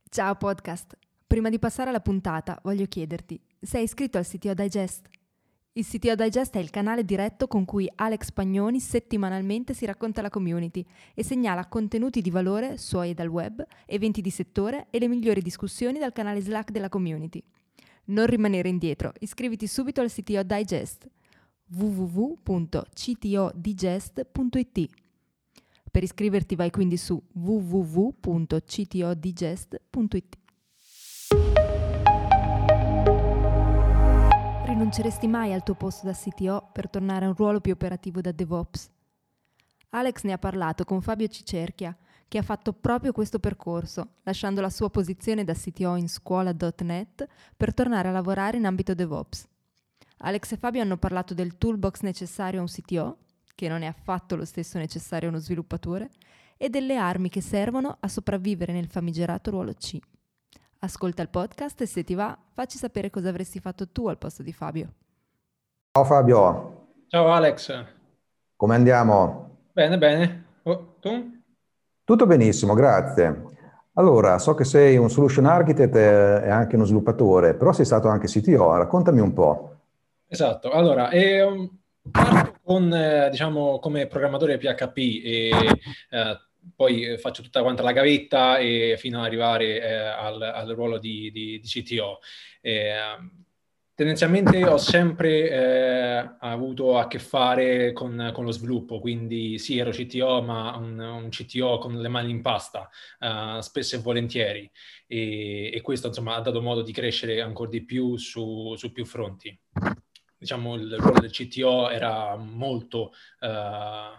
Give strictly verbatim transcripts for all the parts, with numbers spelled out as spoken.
Ciao podcast! Prima di passare alla puntata voglio chiederti, sei iscritto al C T O Digest? Il C T O Digest è il canale diretto con cui Alex Pagnoni settimanalmente si racconta la community e segnala contenuti di valore suoi dal web, eventi di settore e le migliori discussioni dal canale Slack della community. Non rimanere indietro, iscriviti subito al C T O Digest w w w punto c t o digest punto i t. Per iscriverti vai quindi su w w w punto c t o digest punto i t. Rinunceresti mai al tuo posto da C T O per tornare a un ruolo più operativo da DevOps? Alex ne ha parlato con Fabio Cicerchia, che ha fatto proprio questo percorso, lasciando la sua posizione da C T O in scuola punto net per tornare a lavorare in ambito DevOps. Alex e Fabio hanno parlato del toolbox necessario a un C T O, che non è affatto lo stesso necessario a uno sviluppatore, e delle armi che servono a sopravvivere nel famigerato ruolo C. Ascolta il podcast e se ti va, facci sapere cosa avresti fatto tu al posto di Fabio. Ciao Fabio, Ciao Alex, come andiamo? bene bene, oh, tu? Tutto benissimo, grazie. Allora, so che sei un solution architect e anche uno sviluppatore, però sei stato anche C T O, raccontami un po'. Esatto, allora, ehm, parto con, eh, diciamo, come programmatore P H P e eh, poi faccio tutta quanta la gavetta e fino ad arrivare eh, al, al ruolo di, di, di C T O. Eh, tendenzialmente ho sempre eh, avuto a che fare con, con lo sviluppo, quindi sì, ero C T O, ma un, un C T O con le mani in pasta, eh, spesso e volentieri. E, e questo insomma ha dato modo di crescere ancora di più su, su più fronti. Diciamo il ruolo del C T O era molto uh,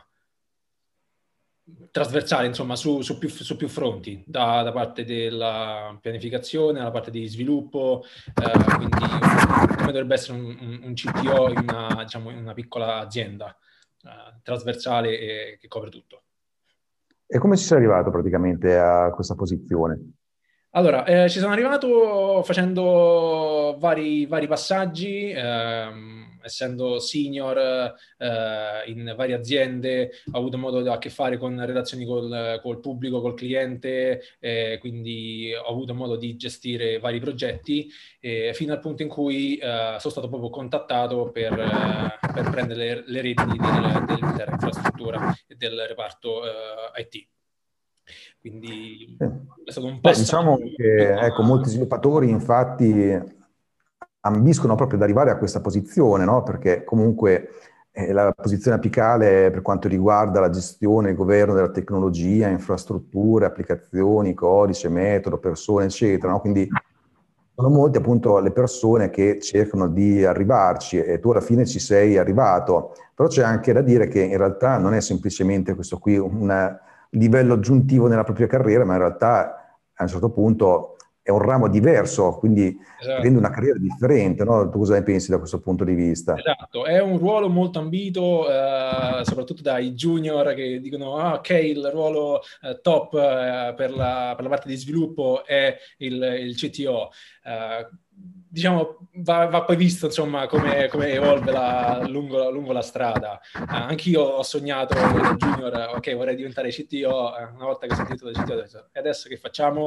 trasversale, insomma, su, su, più, su più fronti, da, da parte della pianificazione alla parte di sviluppo, uh, quindi come dovrebbe essere un, un, un C T O in una, diciamo, in una piccola azienda uh, trasversale e che copre tutto. E come ci sei arrivato praticamente a questa posizione? Allora, eh, ci sono arrivato facendo vari, vari passaggi, ehm, essendo senior eh, in varie aziende, ho avuto modo di a che fare con relazioni col, col pubblico, col cliente, eh, quindi ho avuto modo di gestire vari progetti, eh, fino al punto in cui eh, sono stato proprio contattato per, eh, per prendere le, le redini del, dell'intera infrastruttura e del reparto eh, I T. Quindi è stato un Beh, passaggio. diciamo che ecco, molti sviluppatori infatti ambiscono proprio ad arrivare a questa posizione, no? Perché comunque eh, la posizione apicale per quanto riguarda la gestione e il governo della tecnologia, infrastrutture, applicazioni, codice, metodo, persone, eccetera, no? Quindi sono molte appunto le persone che cercano di arrivarci e tu alla fine ci sei arrivato, però c'è anche da dire che in realtà non è semplicemente questo qui un livello aggiuntivo nella propria carriera, ma in realtà a un certo punto è un ramo diverso, quindi Esatto. rende una carriera differente, no? Tu cosa ne pensi da questo punto di vista? Esatto, è un ruolo molto ambito, eh, soprattutto dai junior che dicono ah, ok, il ruolo eh, top eh, per, la, per la parte di sviluppo è il, il C T O. Eh, diciamo, va, va poi visto insomma come, come evolve la, lungo, lungo la strada. Eh, anch'io ho sognato da junior, ok, vorrei diventare C T O, eh, una volta che ho sentito da C T O ho detto, e adesso che facciamo?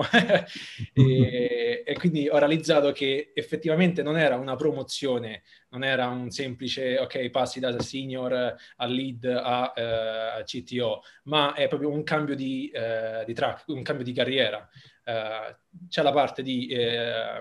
e, e quindi ho realizzato che effettivamente non era una promozione, non era un semplice, ok, passi da senior a lead a eh, C T O, ma è proprio un cambio di, eh, di track, un cambio di carriera. Eh, c'è la parte di eh,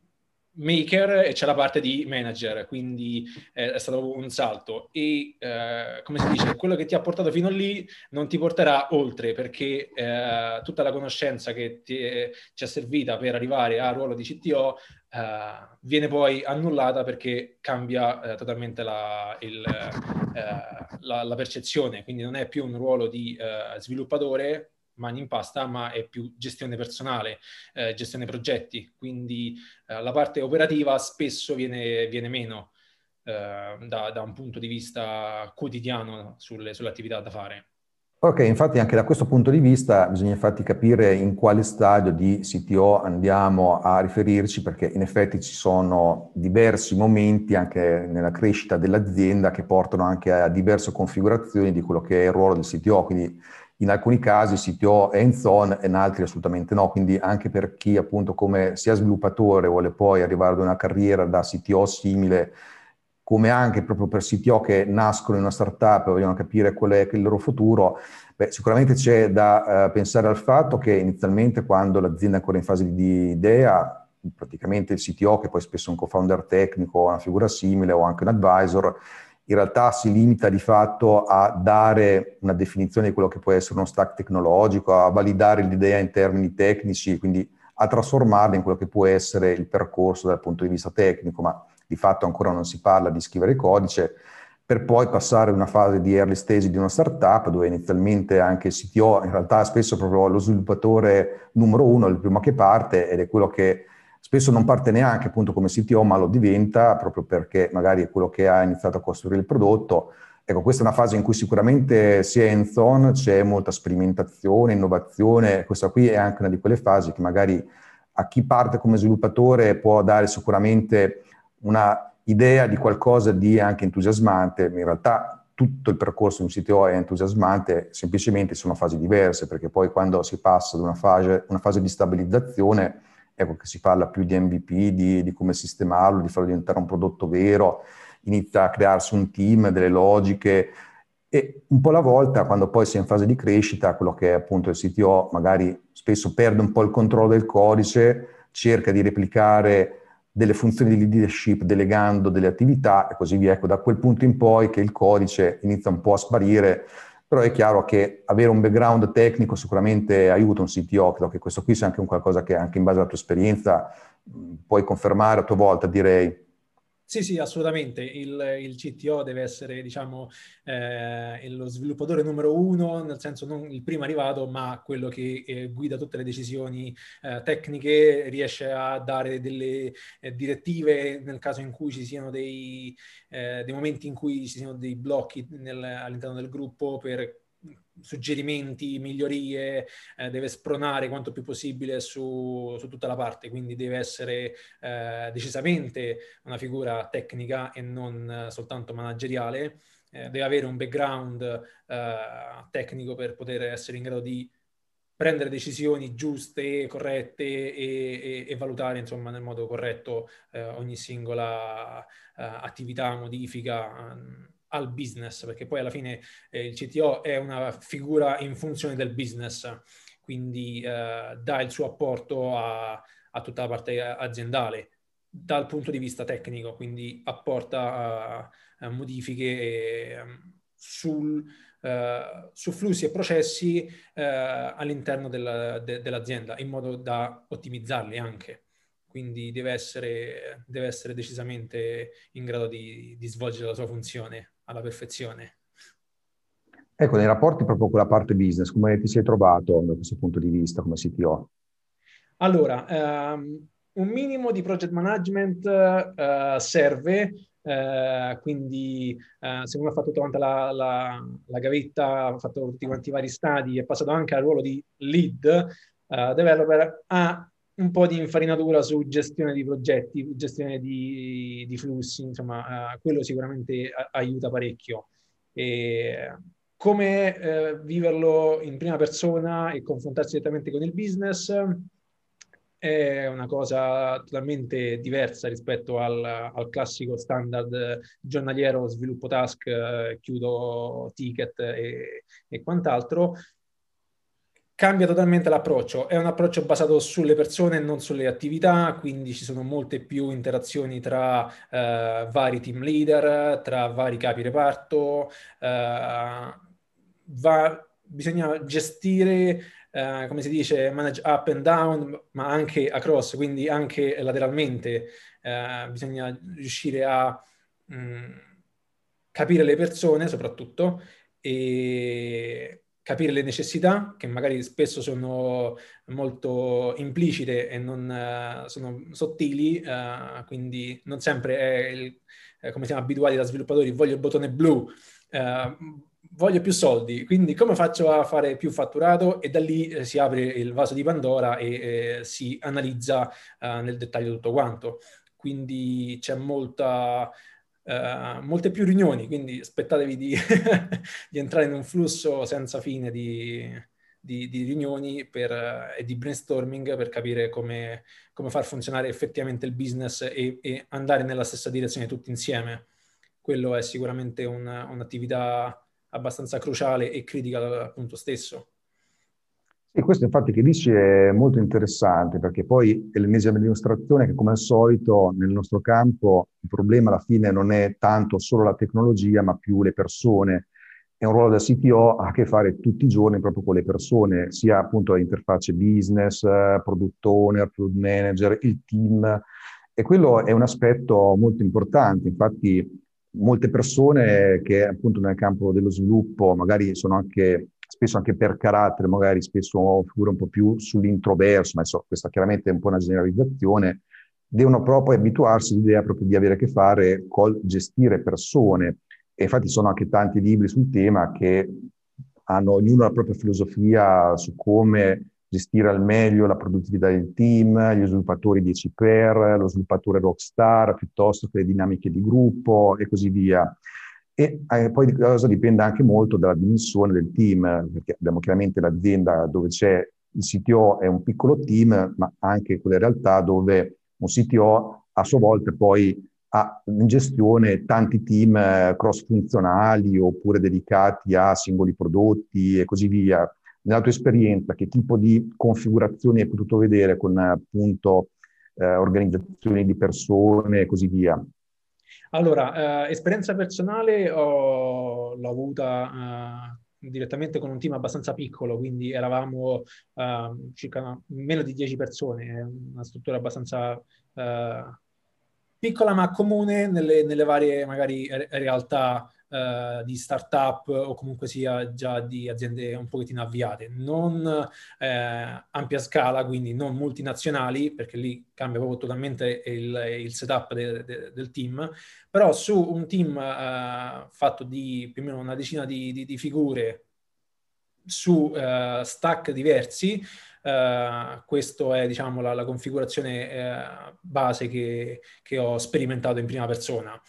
maker e c'è la parte di manager, quindi eh, è stato un salto e eh, come si dice, quello che ti ha portato fino lì non ti porterà oltre, perché eh, tutta la conoscenza che ti è, ci è servita per arrivare al ruolo di C T O Uh, viene poi annullata perché cambia uh, totalmente la, il, uh, la, la percezione, quindi non è più un ruolo di uh, sviluppatore mani in pasta, ma è più gestione personale, uh, gestione progetti, quindi uh, la parte operativa spesso viene, viene meno uh, da, da un punto di vista quotidiano sulle, sulle attività da fare. Ok, infatti anche da questo punto di vista bisogna infatti capire in quale stadio di C T O andiamo a riferirci, perché in effetti ci sono diversi momenti anche nella crescita dell'azienda che portano anche a diverse configurazioni di quello che è il ruolo del C T O, quindi in alcuni casi C T O è hands-on e in altri assolutamente no, quindi anche per chi appunto come sia sviluppatore vuole poi arrivare ad una carriera da C T O simile, come anche proprio per C T O che nascono in una startup e vogliono capire qual è il loro futuro, beh, sicuramente c'è da uh, pensare al fatto che inizialmente quando l'azienda è ancora in fase di idea, praticamente il C T O, che poi spesso è un co-founder tecnico, una figura simile o anche un advisor, in realtà si limita di fatto a dare una definizione di quello che può essere uno stack tecnologico, a validare l'idea in termini tecnici, quindi a trasformarla in quello che può essere il percorso dal punto di vista tecnico, ma di fatto ancora non si parla di scrivere codice, per poi passare a una fase di early stage di una startup, dove inizialmente anche il C T O in realtà è spesso proprio lo sviluppatore numero uno, il primo che parte, ed è quello che spesso non parte neanche appunto come C T O, ma lo diventa proprio perché magari è quello che ha iniziato a costruire il prodotto. Ecco, questa è una fase in cui sicuramente si è hands-on, c'è molta sperimentazione, innovazione. Questa qui è anche una di quelle fasi che magari a chi parte come sviluppatore può dare sicuramente una idea di qualcosa di anche entusiasmante. In realtà tutto il percorso di un C T O è entusiasmante, semplicemente sono fasi diverse, perché poi quando si passa ad una fase, una fase di stabilizzazione, ecco che si parla più di M V P, di, di come sistemarlo, di farlo diventare un prodotto vero, inizia a crearsi un team, delle logiche, e un po' alla volta, quando poi si è in fase di crescita, quello che è appunto il C T O magari spesso perde un po' il controllo del codice, cerca di replicare delle funzioni di leadership delegando delle attività e così via. Ecco, da quel punto in poi che il codice inizia un po' a sparire, però è chiaro che avere un background tecnico sicuramente aiuta un C T O, credo che questo qui sia anche un qualcosa che anche in base alla tua esperienza mh, puoi confermare a tua volta, direi. Sì, sì, assolutamente. Il, il C T O deve essere, diciamo, eh, lo sviluppatore numero uno, nel senso non il primo arrivato, ma quello che eh, guida tutte le decisioni eh, tecniche, riesce a dare delle eh, direttive nel caso in cui ci siano dei, eh, dei momenti in cui ci siano dei blocchi nel, all'interno del gruppo per suggerimenti, migliorie, eh, deve spronare quanto più possibile su, su tutta la parte, quindi deve essere eh, decisamente una figura tecnica e non eh, soltanto manageriale, eh, deve avere un background eh, tecnico per poter essere in grado di prendere decisioni giuste, corrette e, e, e valutare insomma nel modo corretto eh, ogni singola eh, attività, modifica um, al business, perché poi alla fine eh, il C T O è una figura in funzione del business, quindi eh, dà il suo apporto a, a tutta la parte aziendale dal punto di vista tecnico, quindi apporta a, a modifiche e, um, sul Uh, su flussi e processi uh, all'interno della, de, dell'azienda in modo da ottimizzarli anche. Quindi deve essere, deve essere decisamente in grado di, di svolgere la sua funzione alla perfezione. Ecco, nei rapporti proprio con la parte business, come ti sei trovato da questo punto di vista come C T O? Allora, um, un minimo di project management uh, serve. Uh, quindi uh, se uno ha fatto tutta quanta la, la, la gavetta, ha fatto tutti quanti i vari stadi, è passato anche al ruolo di lead uh, developer, ha un po' di infarinatura su gestione di progetti, gestione di, di flussi, insomma, uh, quello sicuramente a- aiuta parecchio. E come uh, viverlo in prima persona e confrontarsi direttamente con il business è una cosa totalmente diversa rispetto al, al classico standard giornaliero, sviluppo task, eh, chiudo ticket e, e quant'altro. Cambia totalmente l'approccio, è un approccio basato sulle persone e non sulle attività, quindi ci sono molte più interazioni tra eh, vari team leader, tra vari capi reparto, eh, va, bisogna gestire, eh, come si dice, manage up and down, ma anche across, quindi anche lateralmente, eh, bisogna riuscire a mh, capire le persone soprattutto e capire le necessità, che magari spesso sono molto implicite e non uh, sono sottili, uh, quindi non sempre è il, eh, come siamo abituati da sviluppatori, voglio il bottone blu, uh, voglio più soldi, quindi come faccio a fare più fatturato? E da lì eh, si apre il vaso di Pandora e eh, si analizza uh, nel dettaglio tutto quanto. Quindi c'è molta uh, molte più riunioni, quindi aspettatevi di, di entrare in un flusso senza fine di, di, di riunioni per, uh, e di brainstorming per capire come, come far funzionare effettivamente il business e, e andare nella stessa direzione tutti insieme. Quello è sicuramente un, un'attività abbastanza cruciale e critica al punto stesso. E questo infatti che dici è molto interessante, perché poi è l'ennesima dimostrazione che, come al solito nel nostro campo, il problema alla fine non è tanto solo la tecnologia, ma più le persone. E un ruolo da C T O ha a che fare tutti i giorni proprio con le persone, sia appunto l'interfaccia business, product owner, product manager, il team. E quello è un aspetto molto importante. Infatti molte persone che appunto nel campo dello sviluppo magari sono anche, spesso anche per carattere, magari spesso figure un po' più sull'introverso, ma insomma, questa chiaramente è un po' una generalizzazione, devono proprio abituarsi all'idea proprio di avere a che fare col gestire persone. E infatti sono anche tanti libri sul tema che hanno ognuno la propria filosofia su come gestire al meglio la produttività del team, gli sviluppatori dieci per, lo sviluppatore rockstar, piuttosto che le dinamiche di gruppo e così via. E eh, poi di cosa dipende anche molto dalla dimensione del team, perché abbiamo chiaramente l'azienda dove c'è il C T O è un piccolo team, ma anche quelle realtà dove un C T O a sua volta poi ha in gestione tanti team eh, cross-funzionali oppure dedicati a singoli prodotti e così via. Nella tua esperienza, che tipo di configurazioni hai potuto vedere con appunto eh, organizzazioni di persone e così via? Allora, eh, esperienza personale ho, l'ho avuta eh, direttamente con un team abbastanza piccolo, quindi eravamo eh, circa meno di dieci persone, una struttura abbastanza eh, piccola ma comune nelle, nelle varie magari realtà eh, di startup o comunque sia già di aziende un pochettino avviate, non eh, ampia scala, quindi non multinazionali, perché lì cambia proprio totalmente il, il setup de, de, del team, però su un team eh, fatto di più o meno una decina di, di, di figure su uh, stack diversi, uh, questa è diciamo la, la configurazione uh, base che, che ho sperimentato in prima persona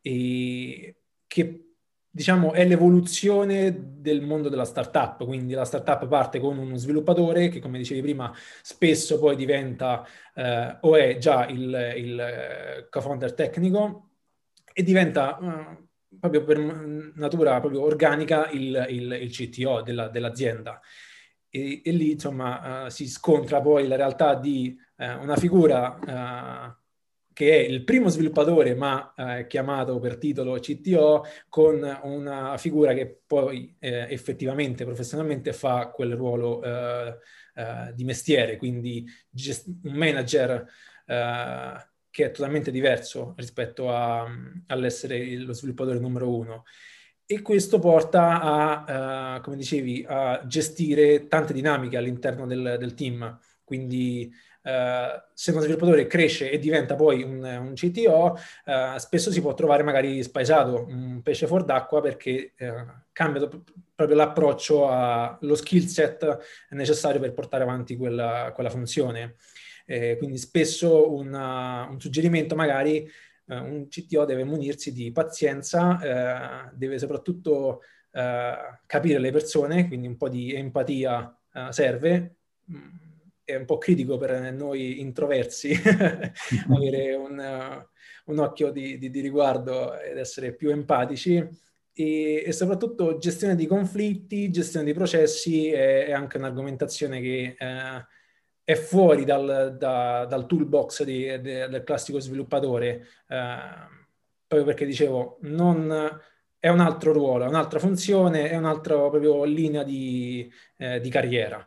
e che diciamo è l'evoluzione del mondo della startup, quindi la startup parte con uno sviluppatore che, come dicevi prima, spesso poi diventa uh, o è già il, il co-founder tecnico e diventa uh, proprio per natura proprio organica il, il, il C T O della, dell'azienda. E, e lì insomma uh, si scontra poi la realtà di uh, una figura uh, che è il primo sviluppatore ma uh, chiamato per titolo C T O con una figura che poi eh, effettivamente, professionalmente fa quel ruolo uh, uh, di mestiere, quindi gest- un manager uh, che è totalmente diverso rispetto a, all'essere lo sviluppatore numero uno. E questo porta a, uh, come dicevi, a gestire tante dinamiche all'interno del, del team. Quindi uh, se uno sviluppatore cresce e diventa poi un, un C T O, uh, spesso si può trovare magari spaesato, un pesce fuor d'acqua, perché uh, cambia proprio l'approccio allo skill set necessario per portare avanti quella, quella funzione. Eh, quindi spesso una, un suggerimento magari eh, un C T O deve munirsi di pazienza, eh, deve soprattutto eh, capire le persone, quindi un po' di empatia eh, serve. È un po' critico per noi introversi avere un, uh, un occhio di, di, di riguardo ed essere più empatici. E, e soprattutto gestione di conflitti, gestione di processi è, è anche un'argomentazione che eh, è fuori dal, da, dal toolbox di, de, del classico sviluppatore, eh, proprio perché dicevo, non, è un altro ruolo, è un'altra funzione, è un'altra proprio linea di, eh, di carriera.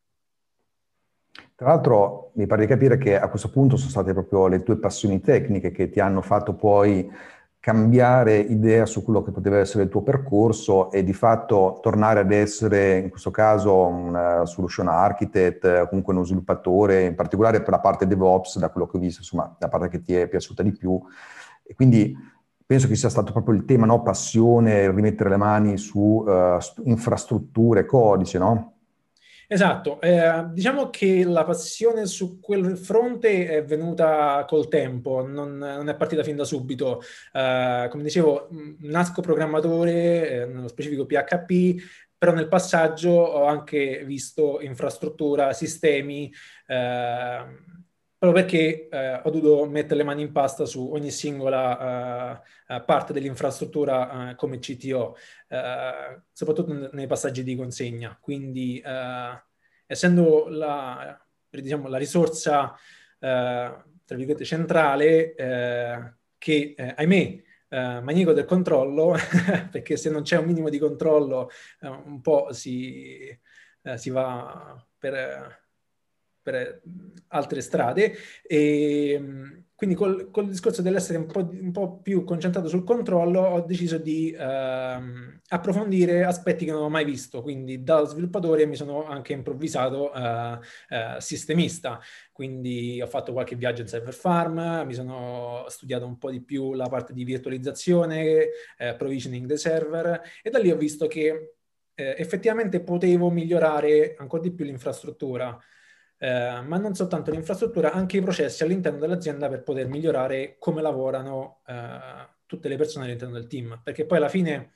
Tra l'altro mi pare di capire che a questo punto sono state proprio le tue passioni tecniche che ti hanno fatto poi cambiare idea su quello che poteva essere il tuo percorso e di fatto tornare ad essere, in questo caso, un solution architect, comunque uno sviluppatore, in particolare per la parte DevOps, da quello che ho visto, insomma, la parte che ti è piaciuta di più. E quindi penso che sia stato proprio il tema, no? Passione, rimettere le mani su uh, infrastrutture, codice, no? Esatto, eh, diciamo che la passione su quel fronte è venuta col tempo, non, non è partita fin da subito. Eh, come dicevo, mh, nasco programmatore, eh, nello specifico P H P, però nel passaggio ho anche visto infrastruttura, sistemi, eh, proprio perché eh, ho dovuto mettere le mani in pasta su ogni singola eh, eh, parte dell'infrastruttura eh, come C T O. Uh, soprattutto nei passaggi di consegna. Quindi, uh, essendo la, diciamo, la risorsa, uh, tra virgolette, centrale, uh, che, uh, ahimè, uh, maniaco del controllo, perché se non c'è un minimo di controllo, uh, un po' si, uh, si va per... per altre strade e quindi col, col discorso dell'essere un po', un po' più concentrato sul controllo ho deciso di ehm, approfondire aspetti che non ho mai visto, quindi da sviluppatore mi sono anche improvvisato eh, eh, sistemista, quindi ho fatto qualche viaggio in server farm, mi sono studiato un po' di più la parte di virtualizzazione, eh, provisioning dei server e da lì ho visto che eh, effettivamente potevo migliorare ancora di più l'infrastruttura. Eh, ma non soltanto l'infrastruttura, anche i processi all'interno dell'azienda per poter migliorare come lavorano eh, tutte le persone all'interno del team. Perché poi alla fine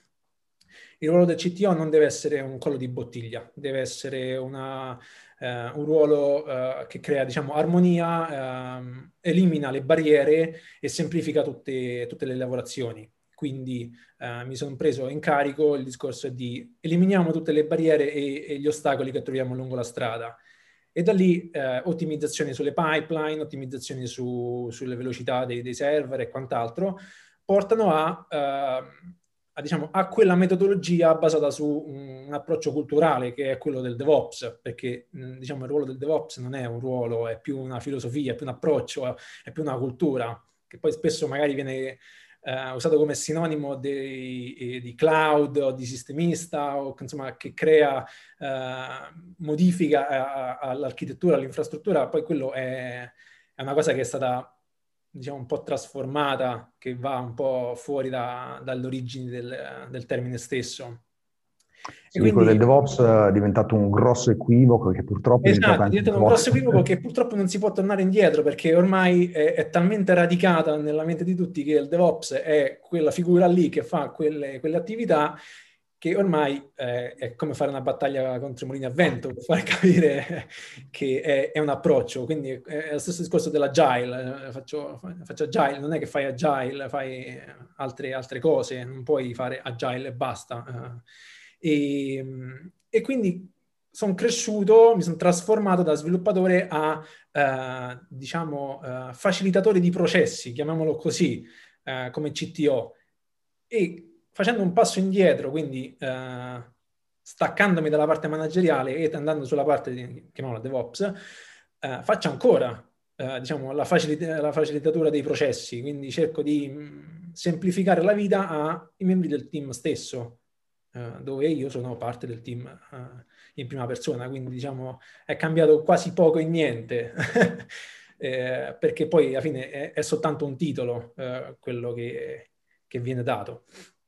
il ruolo del C T O non deve essere un collo di bottiglia, deve essere una, eh, un ruolo eh, che crea, diciamo, armonia, ehm, elimina le barriere e semplifica tutte, tutte le lavorazioni. Quindi eh, mi sono preso in carico il discorso di eliminiamo tutte le barriere e, e gli ostacoli che troviamo lungo la strada. E da lì eh, ottimizzazioni sulle pipeline, ottimizzazioni su, sulle velocità dei, dei server e quant'altro, portano a, eh, a, diciamo, a quella metodologia basata su un, un approccio culturale che è quello del DevOps, perché mh, diciamo, il ruolo del DevOps non è un ruolo, è più una filosofia, è più un approccio, è più una cultura, che poi spesso magari viene Uh, usato come sinonimo dei, eh, di cloud o di sistemista o insomma che crea uh, modifica all'architettura, all'infrastruttura, poi quello è, è una cosa che è stata diciamo un po' trasformata, che va un po' fuori da, dall'origine del, del termine stesso. Sì, e quello del DevOps è diventato un grosso equivoco che purtroppo è diventato esatto, anche è diventato un grosso equivoco che purtroppo non si può tornare indietro perché ormai è, è talmente radicata nella mente di tutti che il DevOps è quella figura lì che fa quelle, quelle attività che ormai eh, è come fare una battaglia contro i mulini a vento per far capire che è, è un approccio. Quindi è lo stesso discorso dell'agile. Faccio, faccio agile, non è che fai agile, fai altre, altre cose, non puoi fare agile e basta. E, e quindi sono cresciuto, mi sono trasformato da sviluppatore a, eh, diciamo, eh, facilitatore di processi, chiamiamolo così, eh, come C T O. E facendo un passo indietro, quindi eh, staccandomi dalla parte manageriale e andando sulla parte, di, chiamiamola DevOps, eh, faccio ancora, eh, diciamo, la, facilita- la facilitatura dei processi, quindi cerco di mh, semplificare la vita ai membri del team stesso, Uh, dove io sono parte del team uh, in prima persona, quindi diciamo è cambiato quasi poco e niente, eh, perché poi alla fine è, è soltanto un titolo uh, quello che, che viene dato.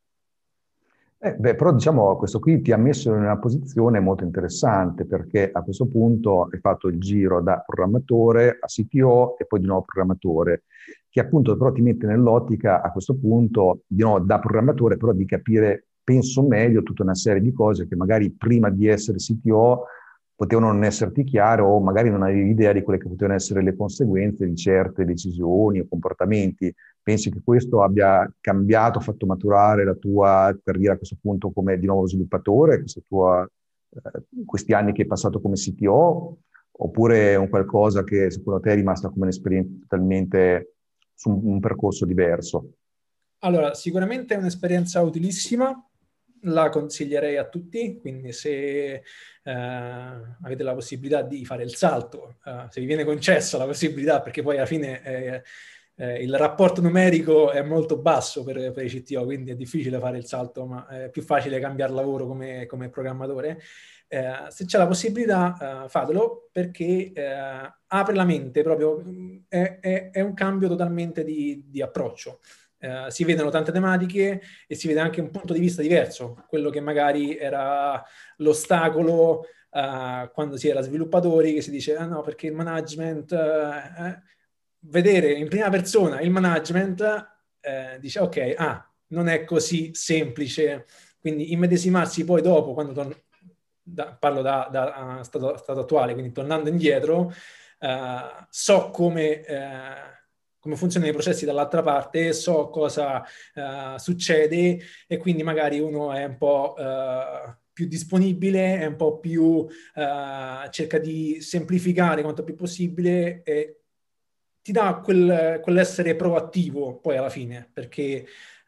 Eh, beh, però diciamo questo qui ti ha messo in una posizione molto interessante perché a questo punto hai fatto il giro da programmatore a C T O e poi di nuovo programmatore, che appunto però ti mette nell'ottica a questo punto di nuovo da programmatore però di capire, penso meglio, tutta una serie di cose che magari prima di essere C T O potevano non esserti chiare o magari non avevi idea di quelle che potevano essere le conseguenze di certe decisioni o comportamenti. Pensi che questo abbia cambiato, fatto maturare la tua carriera a questo punto come di nuovo sviluppatore, tua, eh, questi anni che hai passato come C T O, oppure è un qualcosa che secondo te è rimasta come un'esperienza totalmente su un, un percorso diverso? Allora, sicuramente è un'esperienza utilissima, la consiglierei a tutti, quindi se eh, avete la possibilità di fare il salto, eh, se vi viene concessa la possibilità, perché poi alla fine eh, eh, il rapporto numerico è molto basso per, per i C T O, quindi è difficile fare il salto, ma è più facile cambiare lavoro come, come programmatore. Eh, se c'è la possibilità, eh, fatelo, perché eh, apre la mente proprio, è, è, è un cambio totalmente di, di approccio. Uh, si vedono tante tematiche e si vede anche un punto di vista diverso, quello che magari era l'ostacolo uh, quando si era sviluppatori, che si dice, ah no, perché il management, uh, eh, vedere in prima persona il management, uh, dice, ok, ah, non è così semplice, quindi immedesimarsi poi dopo, quando torno, da, parlo da, da uh, stato, stato attuale, quindi tornando indietro, uh, so come... Uh, come funzionano i processi dall'altra parte, so cosa uh, succede e quindi magari uno è un po' uh, più disponibile, è un po' più, uh, cerca di semplificare quanto più possibile e ti dà quel, quell'essere proattivo poi alla fine, perché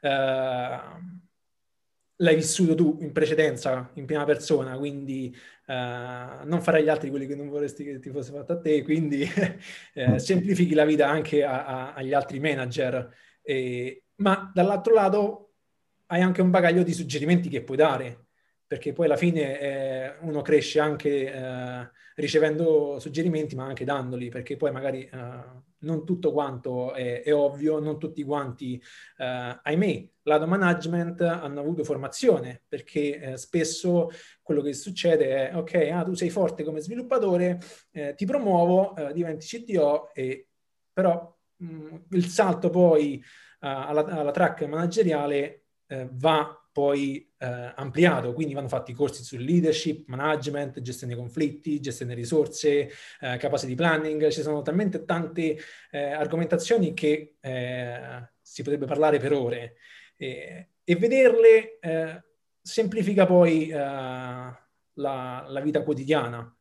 uh, l'hai vissuto tu in precedenza, in prima persona, quindi uh, non farai gli altri quelli che non vorresti che ti fosse fatto a te, quindi eh, semplifichi la vita anche a, a, agli altri manager. E, ma dall'altro lato hai anche un bagaglio di suggerimenti che puoi dare, perché poi alla fine eh, uno cresce anche eh, ricevendo suggerimenti, ma anche dandoli, perché poi magari eh, non tutto quanto è, è ovvio, non tutti quanti, eh, ahimè, lato management hanno avuto formazione, perché eh, spesso quello che succede è, ok, ah, tu sei forte come sviluppatore, eh, ti promuovo, eh, diventi C T O, e, però mh, il salto poi uh, alla, alla track manageriale eh, va poi eh, ampliato, quindi vanno fatti corsi su leadership, management, gestione dei conflitti, gestione delle risorse, eh, capacity planning, ci sono talmente tante eh, argomentazioni che eh, si potrebbe parlare per ore e, e vederle eh, semplifica poi eh, la, la vita quotidiana.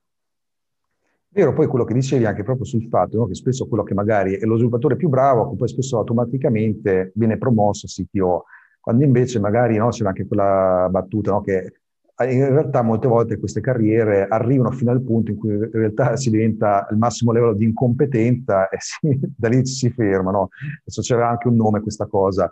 Vero, poi quello che dicevi anche proprio sul fatto, no, che spesso quello che magari è lo sviluppatore più bravo, che poi spesso automaticamente viene promosso C T O, quando invece magari no, c'era anche quella battuta, no, che in realtà molte volte queste carriere arrivano fino al punto in cui in realtà si diventa il massimo livello di incompetenza e si, da lì ci si ferma. No? Adesso c'era anche un nome questa cosa.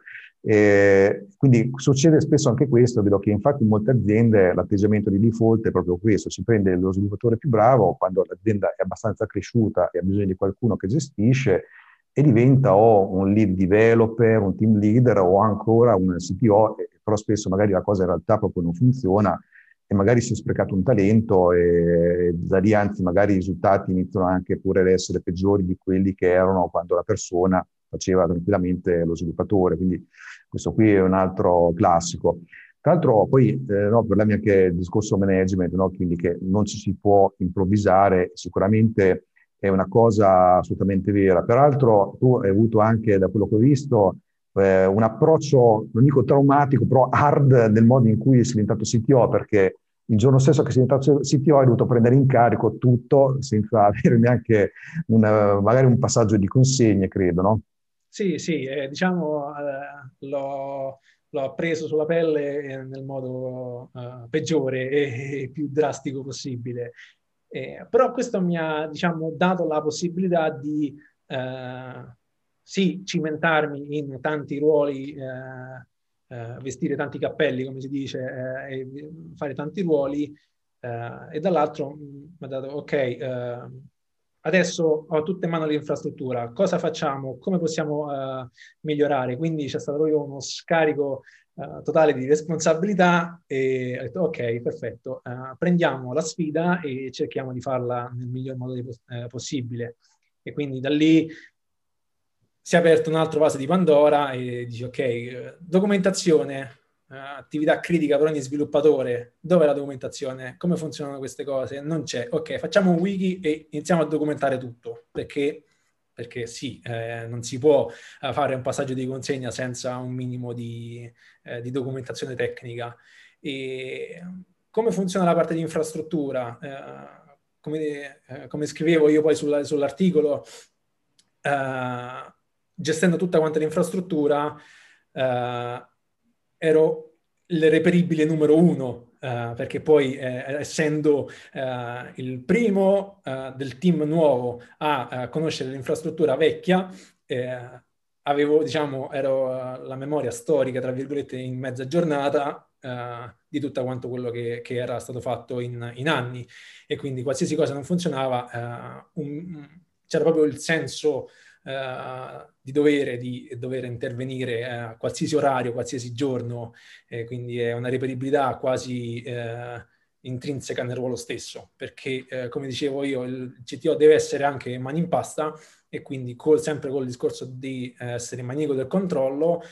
E quindi succede spesso anche questo, vedo che infatti in molte aziende l'atteggiamento di default è proprio questo, si prende lo sviluppatore più bravo quando l'azienda è abbastanza cresciuta e ha bisogno di qualcuno che gestisce e diventa o un lead developer, un team leader o ancora un C T O, però spesso magari la cosa in realtà proprio non funziona e magari si è sprecato un talento e da lì anzi magari i risultati iniziano anche pure ad essere peggiori di quelli che erano quando la persona faceva tranquillamente lo sviluppatore, quindi questo qui è un altro classico. Tra l'altro poi eh, no, parliamo anche del discorso management, no? Quindi che non ci si può improvvisare, sicuramente è una cosa assolutamente vera. Peraltro tu hai avuto anche, da quello che ho visto, eh, un approccio, non dico traumatico, però hard nel modo in cui sei diventato C T O, perché il giorno stesso che sei diventato C T O hai dovuto prendere in carico tutto senza avere neanche una, magari un passaggio di consegne, credo, no? Sì, sì, eh, diciamo eh, l'ho, l'ho preso sulla pelle eh, nel modo eh, peggiore e, e più drastico possibile. Eh, però questo mi ha, diciamo, dato la possibilità di, eh, sì, cimentarmi in tanti ruoli, eh, eh, vestire tanti cappelli, come si dice, eh, e fare tanti ruoli, eh, e dall'altro mi ha dato, ok, eh, adesso ho tutte in mano l'infrastruttura, cosa facciamo? Come possiamo uh, migliorare? Quindi c'è stato proprio uno scarico uh, totale di responsabilità e ho detto ok, perfetto, uh, prendiamo la sfida e cerchiamo di farla nel miglior modo di, uh, possibile. E quindi da lì si è aperto un altro vaso di Pandora e dici ok, documentazione, Uh, attività critica per ogni sviluppatore, dove è la documentazione, come funzionano queste cose, non c'è, ok, facciamo un wiki e iniziamo a documentare tutto, perché, perché sì, eh, non si può uh, fare un passaggio di consegna senza un minimo di, eh, di documentazione tecnica. E come funziona la parte di infrastruttura? Uh, come, uh, come scrivevo io poi sulla, sull'articolo, uh, gestendo tutta quanta l'infrastruttura, uh, ero il reperibile numero uno, uh, perché poi eh, essendo uh, il primo uh, del team nuovo a uh, conoscere l'infrastruttura vecchia, eh, avevo, diciamo, ero uh, la memoria storica, tra virgolette, in mezza giornata uh, di tutto quanto quello che, che era stato fatto in, in anni. E quindi qualsiasi cosa non funzionava, uh, un, c'era proprio il senso Uh, di dovere di dover intervenire a qualsiasi orario, qualsiasi giorno, eh, quindi è una reperibilità quasi eh, intrinseca nel ruolo stesso, perché eh, come dicevo io, il C T O deve essere anche mani in pasta, e quindi col, sempre col discorso di eh, essere maniaco del controllo.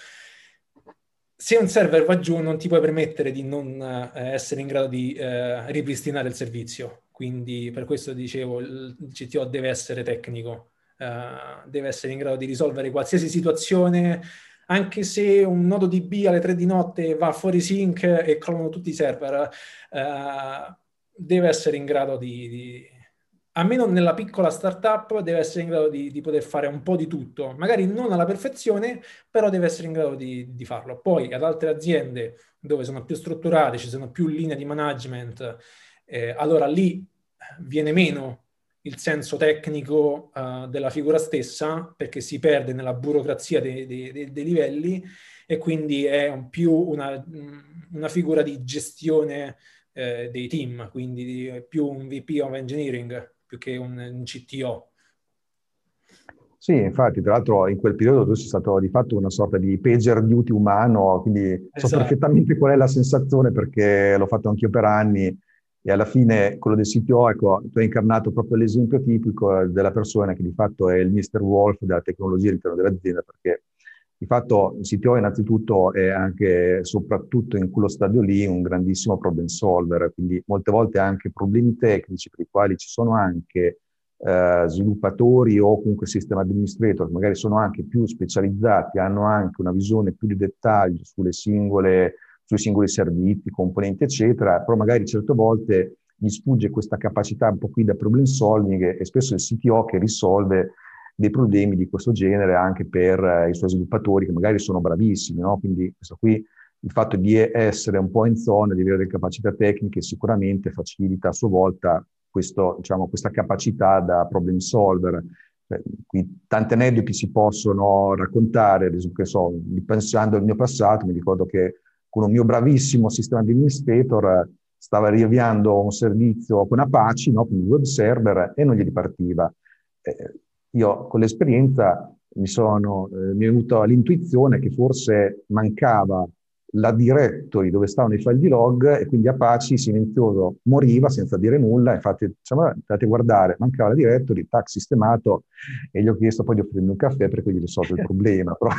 Se un server va giù non ti puoi permettere di non eh, essere in grado di eh, ripristinare il servizio, quindi per questo dicevo il C T O deve essere tecnico, eh, deve essere in grado di risolvere qualsiasi situazione, anche se un nodo D B alle tre di notte va fuori sync e crollano tutti i server, eh, deve essere in grado di, di almeno nella piccola startup deve essere in grado di, di poter fare un po' di tutto, magari non alla perfezione, però deve essere in grado di, di farlo. Poi ad altre aziende dove sono più strutturate, ci sono più linee di management, eh, allora lì viene meno il senso tecnico uh, della figura stessa, perché si perde nella burocrazia dei, dei, dei, dei livelli, e quindi è un più una, una figura di gestione eh, dei team, quindi di, più un V P of Engineering più che un, un C T O. Sì, infatti, tra l'altro in quel periodo tu sei stato di fatto una sorta di pager duty umano, quindi Esatto. so perfettamente qual è la sensazione, perché l'ho fatto anch'io per anni, e alla fine quello del C T O, ecco, tu hai incarnato proprio l'esempio tipico della persona che di fatto è il mister Wolf della tecnologia all'interno dell'azienda, perché di fatto il C T O innanzitutto è anche, soprattutto in quello stadio lì, un grandissimo problem solver, quindi molte volte anche problemi tecnici per i quali ci sono anche eh, sviluppatori o comunque system administrator, magari sono anche più specializzati, hanno anche una visione più di dettaglio sulle singole, sui singoli servizi, componenti, eccetera, però magari certe volte gli sfugge questa capacità un po' qui da problem solving, e spesso è il C T O che risolve dei problemi di questo genere anche per eh, i suoi sviluppatori, che magari sono bravissimi, no? Quindi questo qui, il fatto di essere un po' in zona, di avere delle capacità tecniche, sicuramente facilita a sua volta questo, diciamo, questa capacità da problem solver. Eh, qui tanti aneddoti si possono raccontare, ad esempio, che so, pensando al mio passato, mi ricordo che con un mio bravissimo sistema administrator stava riavviando un servizio con Apache, no? Con il web server, e non gli ripartiva. Eh, io con l'esperienza mi, sono, eh, mi è venuta l'intuizione che forse mancava la directory dove stavano i file di log, e quindi Apache silenzioso moriva senza dire nulla. Infatti diciamo, andate a guardare, mancava la directory, tac, sistemato, e gli ho chiesto poi di offrirmi un caffè per cui gli risolvo il problema. Però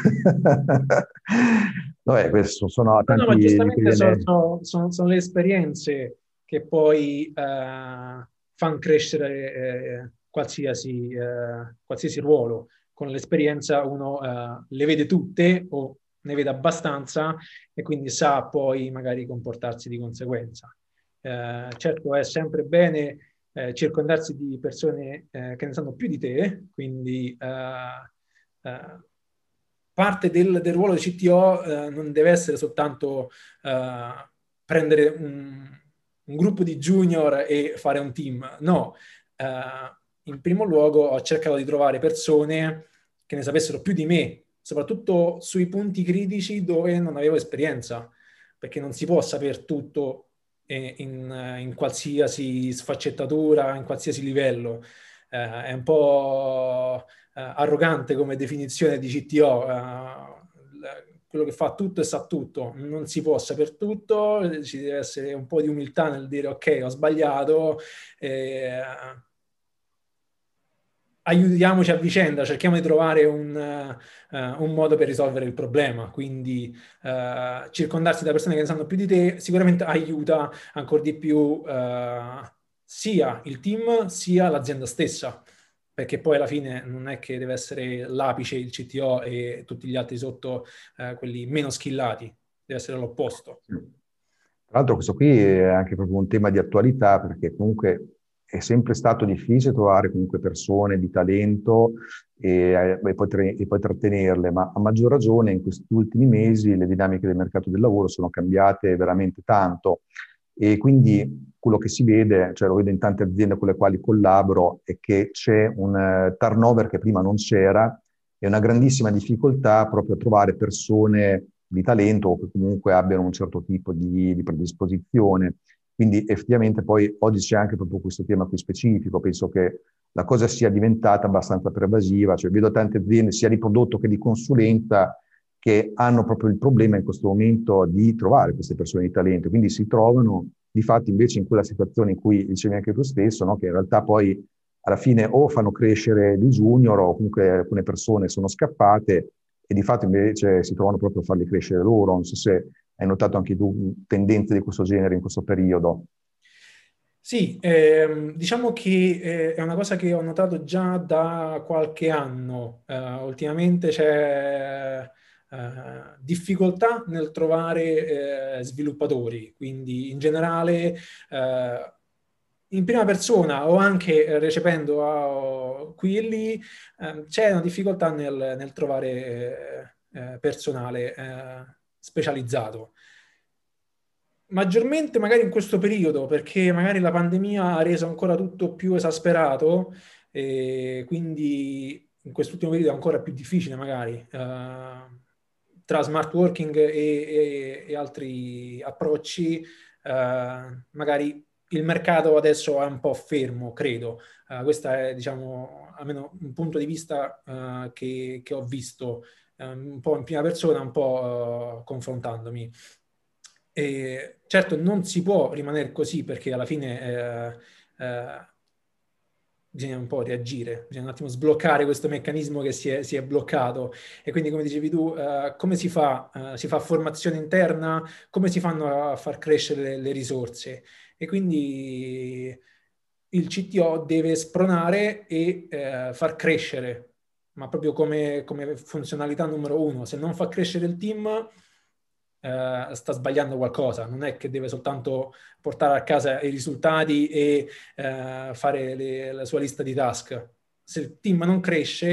vabbè, questo sono tanti... No, no, ma giustamente sono, sono, sono le esperienze che poi uh, fanno crescere eh, qualsiasi, eh, qualsiasi ruolo. Con l'esperienza uno eh, le vede tutte, o ne vede abbastanza, e quindi sa poi magari comportarsi di conseguenza. Eh, certo, è sempre bene eh, circondarsi di persone eh, che ne sanno più di te, quindi eh, eh, parte del, del ruolo di C T O eh, non deve essere soltanto eh, prendere un, un gruppo di junior e fare un team, no. Eh, in primo luogo ho cercato di trovare persone che ne sapessero più di me, soprattutto sui punti critici dove non avevo esperienza, perché non si può sapere tutto in, in qualsiasi sfaccettatura, in qualsiasi livello. Eh, è un po' arrogante come definizione di C T O, quello che fa tutto e sa tutto. Non si può sapere tutto, ci deve essere un po' di umiltà nel dire ok, ho sbagliato, eh, aiutiamoci a vicenda, cerchiamo di trovare un, uh, un modo per risolvere il problema. Quindi uh, circondarsi da persone che ne sanno più di te sicuramente aiuta ancora di più uh, sia il team sia l'azienda stessa, perché poi alla fine non è che deve essere l'apice il C T O e tutti gli altri sotto uh, quelli meno skillati, deve essere l'opposto. Tra l'altro questo qui è anche proprio un tema di attualità, perché comunque è sempre stato difficile trovare comunque persone di talento e, e, poi, e poi trattenerle, ma a maggior ragione in questi ultimi mesi le dinamiche del mercato del lavoro sono cambiate veramente tanto, e quindi quello che si vede, cioè lo vedo in tante aziende con le quali collaboro, è che c'è un uh, turnover che prima non c'era, e una grandissima difficoltà proprio a trovare persone di talento o che comunque abbiano un certo tipo di, di predisposizione. Quindi effettivamente poi oggi c'è anche proprio questo tema qui specifico. Penso che la cosa sia diventata abbastanza pervasiva, cioè vedo tante aziende sia di prodotto che di consulenza che hanno proprio il problema in questo momento di trovare queste persone di talento, quindi si trovano Difatti invece in quella situazione in cui dicevi anche tu stesso, no, che in realtà poi alla fine o fanno crescere di junior o comunque alcune persone sono scappate e di fatto invece si trovano proprio a farli crescere loro. Non so se hai notato anche tu tendenze di questo genere in questo periodo. Sì, ehm, diciamo che eh, è una cosa che ho notato già da qualche anno. Eh, ultimamente c'è eh, difficoltà nel trovare eh, sviluppatori, quindi in generale eh, in prima persona o anche recependo a, qui e lì eh, c'è una difficoltà nel, nel trovare eh, eh, personale eh, specializzato. Maggiormente magari in questo periodo, perché magari la pandemia ha reso ancora tutto più esasperato e quindi in quest'ultimo periodo è ancora più difficile magari eh, tra smart working e, e- e altri approcci, eh, magari il mercato adesso è un po' fermo, credo. Eh, questo è, diciamo, almeno un punto di vista eh, che, che ho visto eh, un po' in prima persona, un po' eh, confrontandomi. E certo, non si può rimanere così perché alla fine eh, eh, bisogna un po' reagire, bisogna un attimo sbloccare questo meccanismo che si è, si è bloccato. E quindi, come dicevi tu, eh, come si fa? Eh, si fa formazione interna? Come si fanno a far crescere le, le risorse? E quindi il C T O deve spronare e eh, far crescere, ma proprio come, come funzionalità numero uno. Se non fa crescere il team eh, sta sbagliando qualcosa, non è che deve soltanto portare a casa i risultati e eh, fare le, la sua lista di task. Se il team non cresce,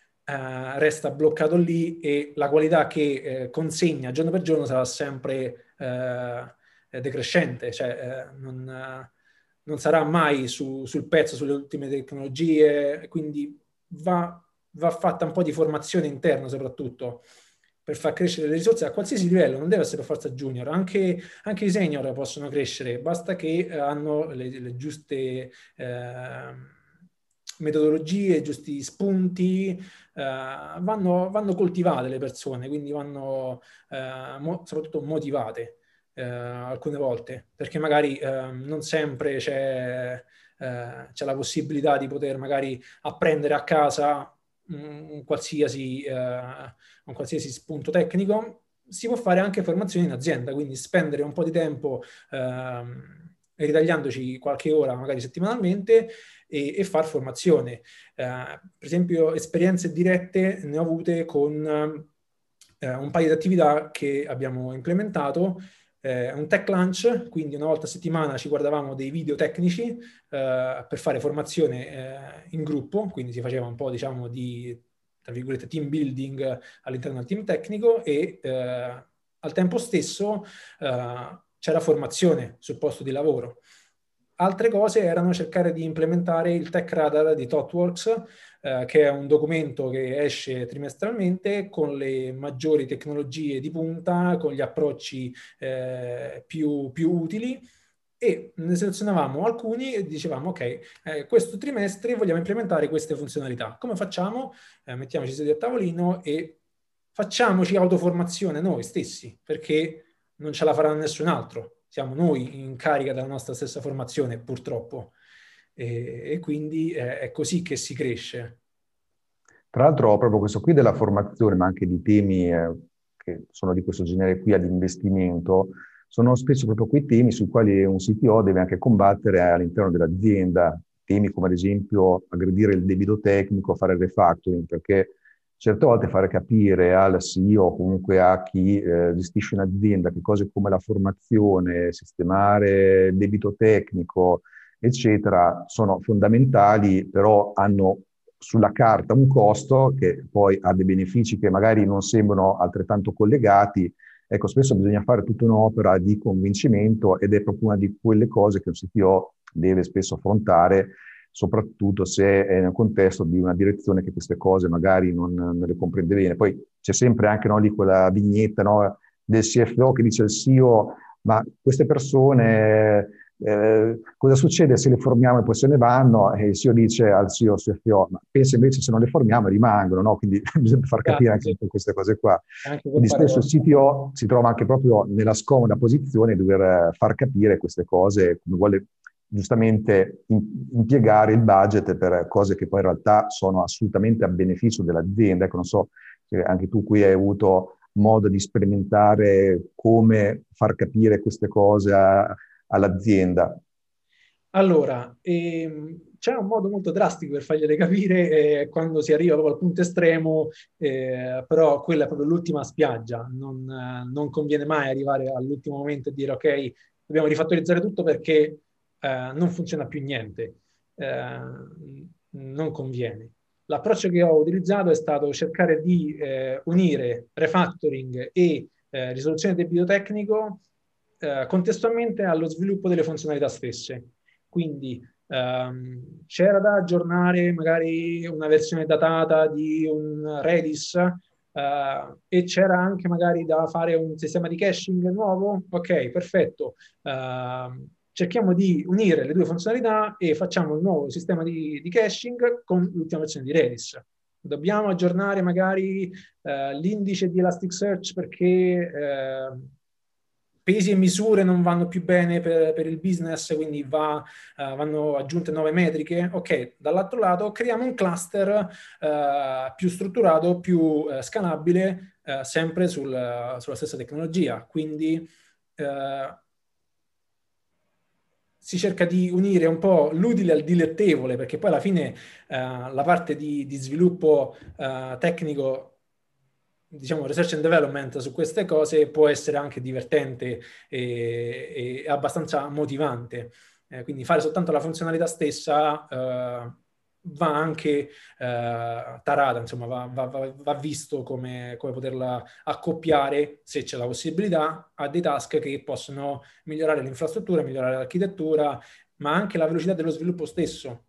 eh, resta bloccato lì e la qualità che eh, consegna giorno per giorno sarà sempre eh, decrescente, cioè eh, non, eh, non sarà mai su, sul pezzo, sulle ultime tecnologie, quindi va, va fatta un po' di formazione interna soprattutto per far crescere le risorse a qualsiasi livello, non deve essere per forza junior, anche, anche i senior possono crescere, basta che eh, hanno le, le giuste eh, metodologie, giusti spunti, eh, vanno, vanno coltivate le persone, quindi vanno eh, mo, soprattutto motivate eh, alcune volte, perché magari eh, non sempre c'è, eh, c'è la possibilità di poter magari apprendere a casa un, un qualsiasi... Eh, un qualsiasi spunto tecnico, si può fare anche formazione in azienda, quindi spendere un po' di tempo ehm, ritagliandoci qualche ora, magari settimanalmente, e, e far formazione. Eh, per esempio, esperienze dirette ne ho avute con eh, un paio di attività che abbiamo implementato. Eh, un tech lunch, quindi una volta a settimana ci guardavamo dei video tecnici eh, per fare formazione eh, in gruppo, quindi si faceva un po', diciamo, di tra virgolette, team building all'interno del team tecnico e eh, al tempo stesso eh, c'era formazione sul posto di lavoro. Altre cose erano cercare di implementare il Tech Radar di ThoughtWorks, eh, che è un documento che esce trimestralmente con le maggiori tecnologie di punta, con gli approcci eh, più, più utili e ne selezionavamo alcuni e dicevamo ok, eh, questo trimestre vogliamo implementare queste funzionalità. Come facciamo? Eh, mettiamoci seduti a tavolino e facciamoci autoformazione noi stessi, perché non ce la farà nessun altro. Siamo noi in carica della nostra stessa formazione, purtroppo. E, e quindi eh, è così che si cresce. Tra l'altro proprio questo qui della formazione, ma anche di temi eh, che sono di questo genere qui ad investimento, sono spesso proprio quei temi sui quali un C T O deve anche combattere all'interno dell'azienda, temi come ad esempio aggredire il debito tecnico, fare il refactoring, perché certe volte fare capire al C E O o comunque a chi eh, gestisce un'azienda che cose come la formazione, sistemare il debito tecnico, eccetera, sono fondamentali, però hanno sulla carta un costo che poi ha dei benefici che magari non sembrano altrettanto collegati. Ecco, spesso bisogna fare tutta un'opera di convincimento ed è proprio una di quelle cose che un C T O deve spesso affrontare, soprattutto se è nel contesto di una direzione che queste cose magari non, non le comprende bene. Poi c'è sempre anche, no, lì quella vignetta, no, del C F O che dice al C E O: ma queste persone Eh, cosa succede se le formiamo e poi se ne vanno? E il C E O dice al C E O, C F O, ma pensa invece se non le formiamo rimangono, no? Quindi bisogna far capire Esatto, anche sì. un po' queste cose qua. Anche quel Quindi spesso il paradosso. C T O si trova anche proprio nella scomoda posizione di dover far capire queste cose, come vuole giustamente in- impiegare il budget per cose che poi in realtà sono assolutamente a beneficio dell'azienda. Ecco, non so se anche tu qui hai avuto modo di sperimentare come far capire queste cose a- all'azienda. Allora, ehm, c'è un modo molto drastico per fargliele capire eh, quando si arriva proprio al punto estremo, eh, però quella è proprio l'ultima spiaggia. Non, eh, non conviene mai arrivare all'ultimo momento e dire ok, dobbiamo rifattorizzare tutto perché eh, non funziona più niente. Eh, non conviene. L'approccio che ho utilizzato è stato cercare di eh, unire refactoring e eh, risoluzione del debito tecnico eh, contestualmente allo sviluppo delle funzionalità stesse. Quindi ehm, c'era da aggiornare magari una versione datata di un Redis eh, e c'era anche magari da fare un sistema di caching nuovo. Ok, perfetto. Uh, cerchiamo di unire le due funzionalità e facciamo un nuovo sistema di, di caching con l'ultima versione di Redis. Dobbiamo aggiornare magari uh, l'indice di Elasticsearch perché uh, pesi e misure non vanno più bene per, per il business, quindi va, uh, vanno aggiunte nuove metriche. Ok, dall'altro lato creiamo un cluster uh, più strutturato, più uh, scalabile, uh, sempre sul, uh, sulla stessa tecnologia. Quindi uh, si cerca di unire un po' l'utile al dilettevole, perché poi alla fine uh, la parte di, di sviluppo uh, tecnico, diciamo research and development su queste cose può essere anche divertente e, e abbastanza motivante. Eh, quindi fare soltanto la funzionalità stessa eh, va anche eh, tarata, insomma, va, va, va visto come, come poterla accoppiare, se c'è la possibilità, a dei task che possono migliorare l'infrastruttura, migliorare l'architettura, ma anche la velocità dello sviluppo stesso.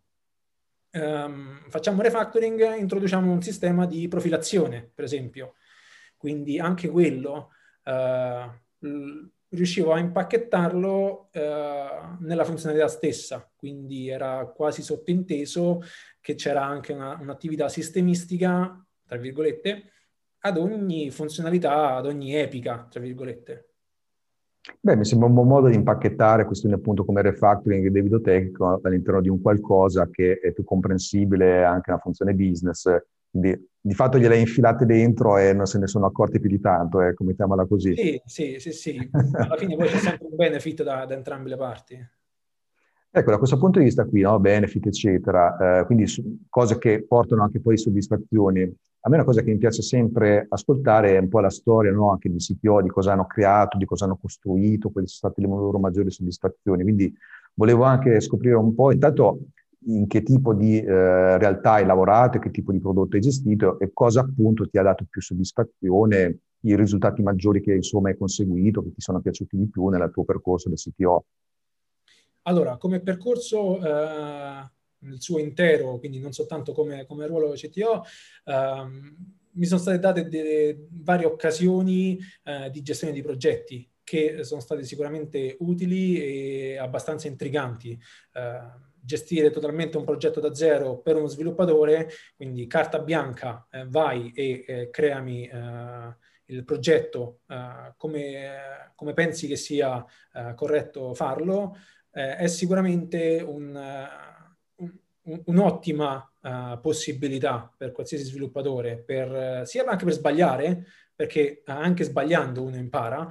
Um, facciamo refactoring, introduciamo un sistema di profilazione, per esempio. Quindi anche quello uh, riuscivo a impacchettarlo uh, nella funzionalità stessa, quindi era quasi sottinteso che c'era anche una, un'attività sistemistica, tra virgolette, ad ogni funzionalità, ad ogni epica, tra virgolette. Beh, mi sembra un buon modo di impacchettare questioni appunto come refactoring e debito tecnico all'interno di un qualcosa che è più comprensibile, anche una funzione business. Quindi di fatto gliele hai infilate dentro e non se ne sono accorti più di tanto, ecco, mettiamola così. Sì, sì, sì, sì. Alla fine poi c'è sempre un benefit da, da entrambe le parti. Ecco, da questo punto di vista qui, no? Benefit, eccetera, eh, quindi su- cose che portano anche poi soddisfazioni. A me una cosa che mi piace sempre ascoltare è un po' la storia, no? Anche di C T O, di cosa hanno creato, di cosa hanno costruito, quali sono state le loro maggiori soddisfazioni. Quindi volevo anche scoprire un po', intanto, in che tipo di eh, realtà hai lavorato, che tipo di prodotto hai gestito e cosa appunto ti ha dato più soddisfazione, i risultati maggiori che insomma hai conseguito, che ti sono piaciuti di più nel tuo percorso da C T O. Allora, come percorso eh, nel suo intero, quindi non soltanto come, come ruolo C T O, ehm, mi sono state date de- varie occasioni eh, di gestione di progetti che sono state sicuramente utili e abbastanza intriganti. Eh, gestire totalmente un progetto da zero per uno sviluppatore, quindi carta bianca, eh, vai e eh, creami eh, il progetto eh, come, come pensi che sia eh, corretto farlo, eh, è sicuramente un, uh, un, un'ottima uh, possibilità per qualsiasi sviluppatore, per, uh, sia anche per sbagliare, perché uh, anche sbagliando uno impara,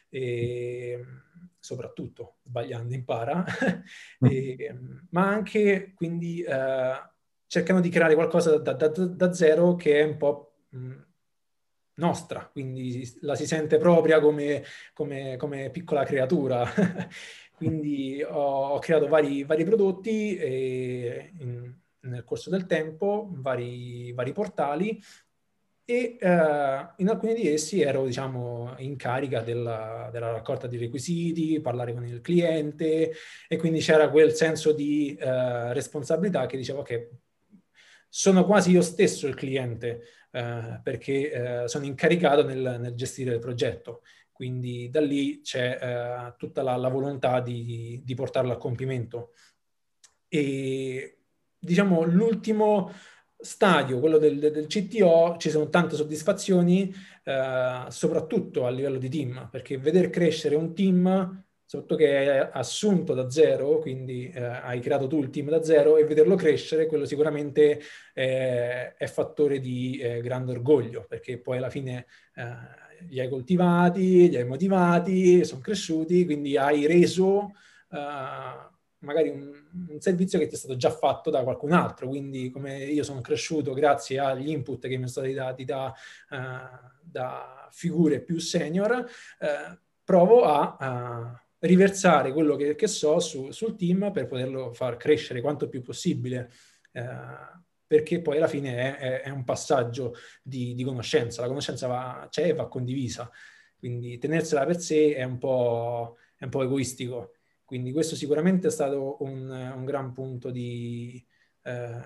e soprattutto sbagliando impara, e, ma anche quindi uh, cercando di creare qualcosa da, da, da zero che è un po' mh, nostra, quindi la si sente propria come, come, come piccola creatura. Quindi ho, ho creato vari, vari prodotti e, in, nel corso del tempo, vari, vari portali e eh, in alcuni di essi ero, diciamo, in carica della, della raccolta di requisiti, parlare con il cliente e quindi c'era quel senso di eh, responsabilità che dicevo che sono quasi io stesso il cliente eh, perché eh, sono incaricato nel, nel gestire il progetto. quindi da lì c'è eh, tutta la, la volontà di, di portarlo a compimento. E diciamo l'ultimo stadio, quello del, del C T O, ci sono tante soddisfazioni, eh, soprattutto a livello di team, perché veder crescere un team, soprattutto che è assunto da zero, quindi eh, hai creato tu il team da zero, e vederlo crescere, quello sicuramente eh, è fattore di eh, grande orgoglio, perché poi alla fine eh, li hai coltivati, li hai motivati, sono cresciuti, quindi hai reso eh, magari un, un servizio che ti è stato già fatto da qualcun altro, quindi come io sono cresciuto grazie agli input che mi sono stati dati da, uh, da figure più senior, uh, provo a, a riversare quello che, che so su, sul team per poterlo far crescere quanto più possibile, uh, perché poi alla fine è, è, è un passaggio di, di conoscenza, la conoscenza va, c'è e va condivisa, quindi tenersela per sé è un po', è un po' egoistico. Quindi questo sicuramente è stato un, un gran punto di, eh,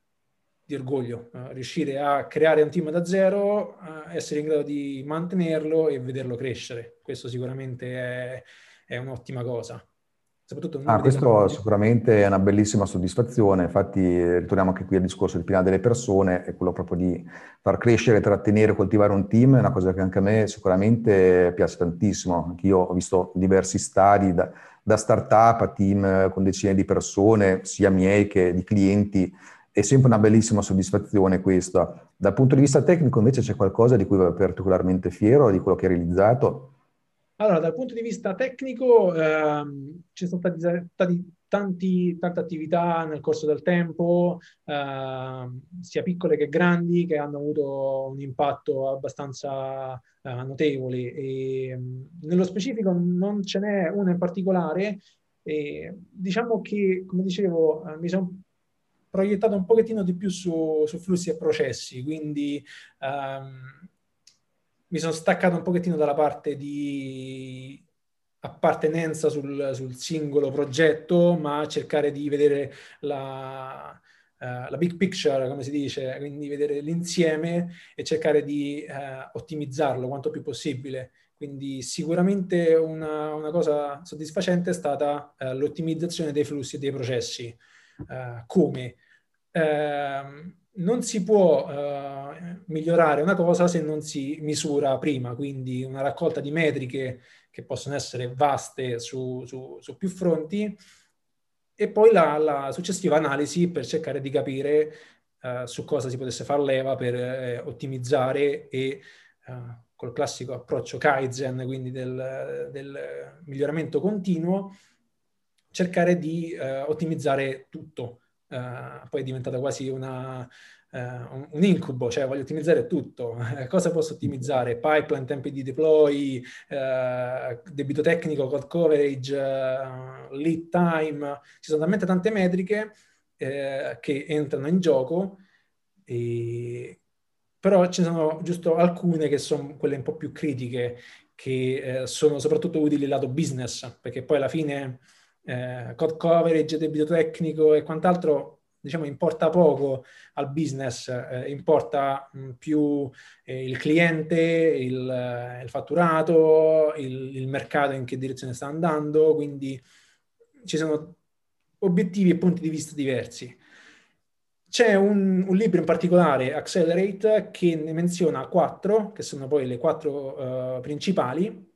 di orgoglio, eh, riuscire a creare un team da zero, eh, essere in grado di mantenerlo e vederlo crescere. Questo sicuramente è, è un'ottima cosa. Soprattutto non Ah, vedere... questo sicuramente è una bellissima soddisfazione, infatti eh, ritorniamo anche qui al discorso del piano delle persone, è quello proprio di far crescere, trattenere, coltivare un team, è una cosa che anche a me sicuramente piace tantissimo. Anch'io ho visto diversi stadi da, da startup a team eh, con decine di persone, sia miei che di clienti, è sempre una bellissima soddisfazione questa. Dal punto di vista tecnico invece c'è qualcosa di cui vai particolarmente fiero, di quello che hai realizzato? Allora, dal punto di vista tecnico, ehm, ci sono stati, stati tanti, tante attività nel corso del tempo, ehm, sia piccole che grandi, che hanno avuto un impatto abbastanza eh, notevole. E, mh, nello specifico non ce n'è una in particolare. E, diciamo che, come dicevo, eh, mi sono proiettato un pochettino di più su, su flussi e processi, quindi ehm, mi sono staccato un pochettino dalla parte di appartenenza sul, sul singolo progetto, ma cercare di vedere la, uh, la big picture, come si dice, quindi vedere l'insieme e cercare di uh, ottimizzarlo quanto più possibile. Quindi sicuramente una, una cosa soddisfacente è stata uh, l'ottimizzazione dei flussi e dei processi. Uh, come? Uh, non si può uh, migliorare una cosa se non si misura prima, quindi una raccolta di metriche che possono essere vaste su, su, su più fronti, e poi la, la successiva analisi per cercare di capire uh, su cosa si potesse far leva per eh, ottimizzare e uh, col classico approccio Kaizen, quindi del, del miglioramento continuo, cercare di uh, ottimizzare tutto. Uh, poi è diventata quasi una, uh, un, un incubo, cioè voglio ottimizzare tutto. Cosa posso ottimizzare? Pipeline, tempi di deploy, uh, debito tecnico, code coverage, uh, lead time. Ci sono talmente tante metriche eh, che entrano in gioco, e... però ci sono giusto alcune che sono quelle un po' più critiche, che eh, sono soprattutto utili lato business, perché poi alla fine eh, code coverage, debito tecnico e quant'altro, diciamo, importa poco al business, eh, importa mh, più eh, il cliente, il, eh, il fatturato, il, il mercato in che direzione sta andando, quindi ci sono obiettivi e punti di vista diversi. C'è un, un libro in particolare, Accelerate, che ne menziona quattro, che sono poi le quattro uh, principali,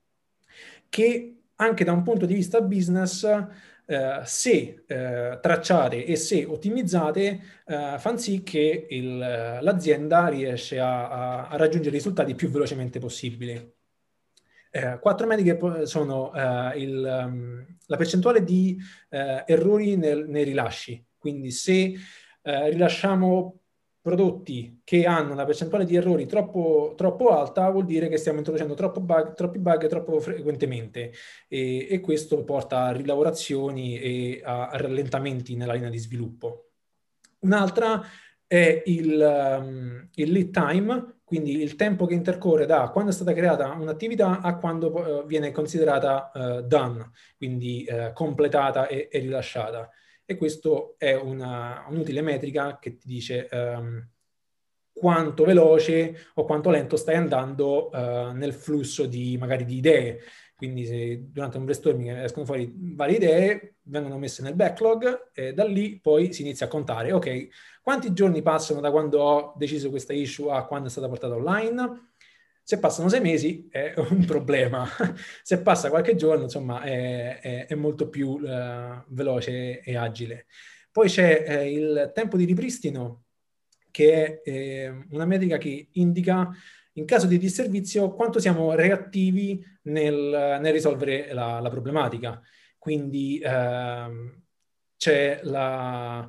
che anche da un punto di vista business, eh, se eh, tracciate e se ottimizzate, eh, fanno sì che il, l'azienda riesce a, a, a raggiungere i risultati più velocemente possibili. Eh, quattro metriche sono eh, il, um, la percentuale di eh, errori nel, nei rilasci, quindi se eh, rilasciamo prodotti che hanno una percentuale di errori troppo, troppo alta, vuol dire che stiamo introducendo troppo bug, troppi bug troppo frequentemente, e, e questo porta a rilavorazioni e a, a rallentamenti nella linea di sviluppo. Un'altra è il, um, il lead time, quindi il tempo che intercorre da quando è stata creata un'attività a quando uh, viene considerata uh, done, quindi uh, completata e, e rilasciata. E questo è una, un'utile metrica che ti dice um, quanto veloce o quanto lento stai andando uh, nel flusso di magari di idee. Quindi se durante un brainstorming escono fuori varie idee, vengono messe nel backlog e da lì poi si inizia a contare. Ok, quanti giorni passano da quando ho deciso questa issue a quando è stata portata online? Se passano sei mesi è un problema. Se passa qualche giorno, insomma, è, è, è molto più uh, veloce e agile. Poi c'è eh, il tempo di ripristino, che è eh, una metrica che indica, in caso di disservizio, quanto siamo reattivi nel, nel risolvere la, la problematica. Quindi ehm, c'è la,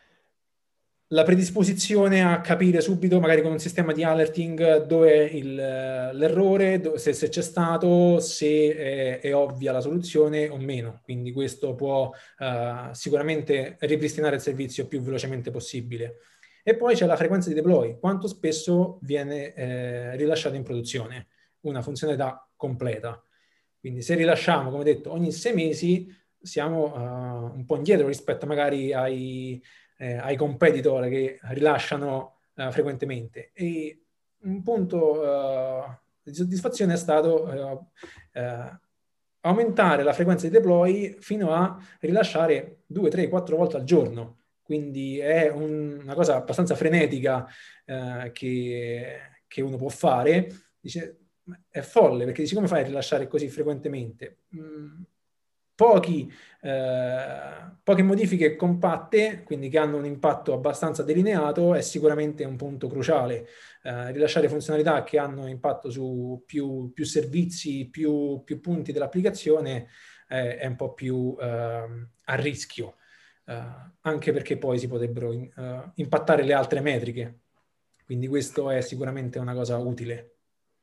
la predisposizione a capire subito, magari con un sistema di alerting, dove è il, l'errore, dove, se, se c'è stato, se è, è ovvia la soluzione o meno. Quindi questo può eh, sicuramente ripristinare il servizio più velocemente possibile. E poi c'è la frequenza di deploy, quanto spesso viene eh, rilasciato in produzione, una funzionalità completa. Quindi se rilasciamo, come detto, ogni sei mesi, siamo uh, un po' indietro rispetto magari ai, eh, ai competitor che rilasciano uh, frequentemente. E un punto uh, di soddisfazione è stato uh, uh, aumentare la frequenza di deploy fino a rilasciare due, tre, quattro volte al giorno. Quindi è un, una cosa abbastanza frenetica eh, che, che uno può fare. Dice, è folle, perché dici come fai a rilasciare così frequentemente? Mm, pochi, eh, poche modifiche compatte, quindi che hanno un impatto abbastanza delineato, è sicuramente un punto cruciale. Eh, rilasciare funzionalità che hanno impatto su più, più servizi, più, più punti dell'applicazione eh, è un po' più eh, a rischio. Uh, anche perché poi si potrebbero in, uh, impattare le altre metriche. Quindi questo è sicuramente una cosa utile.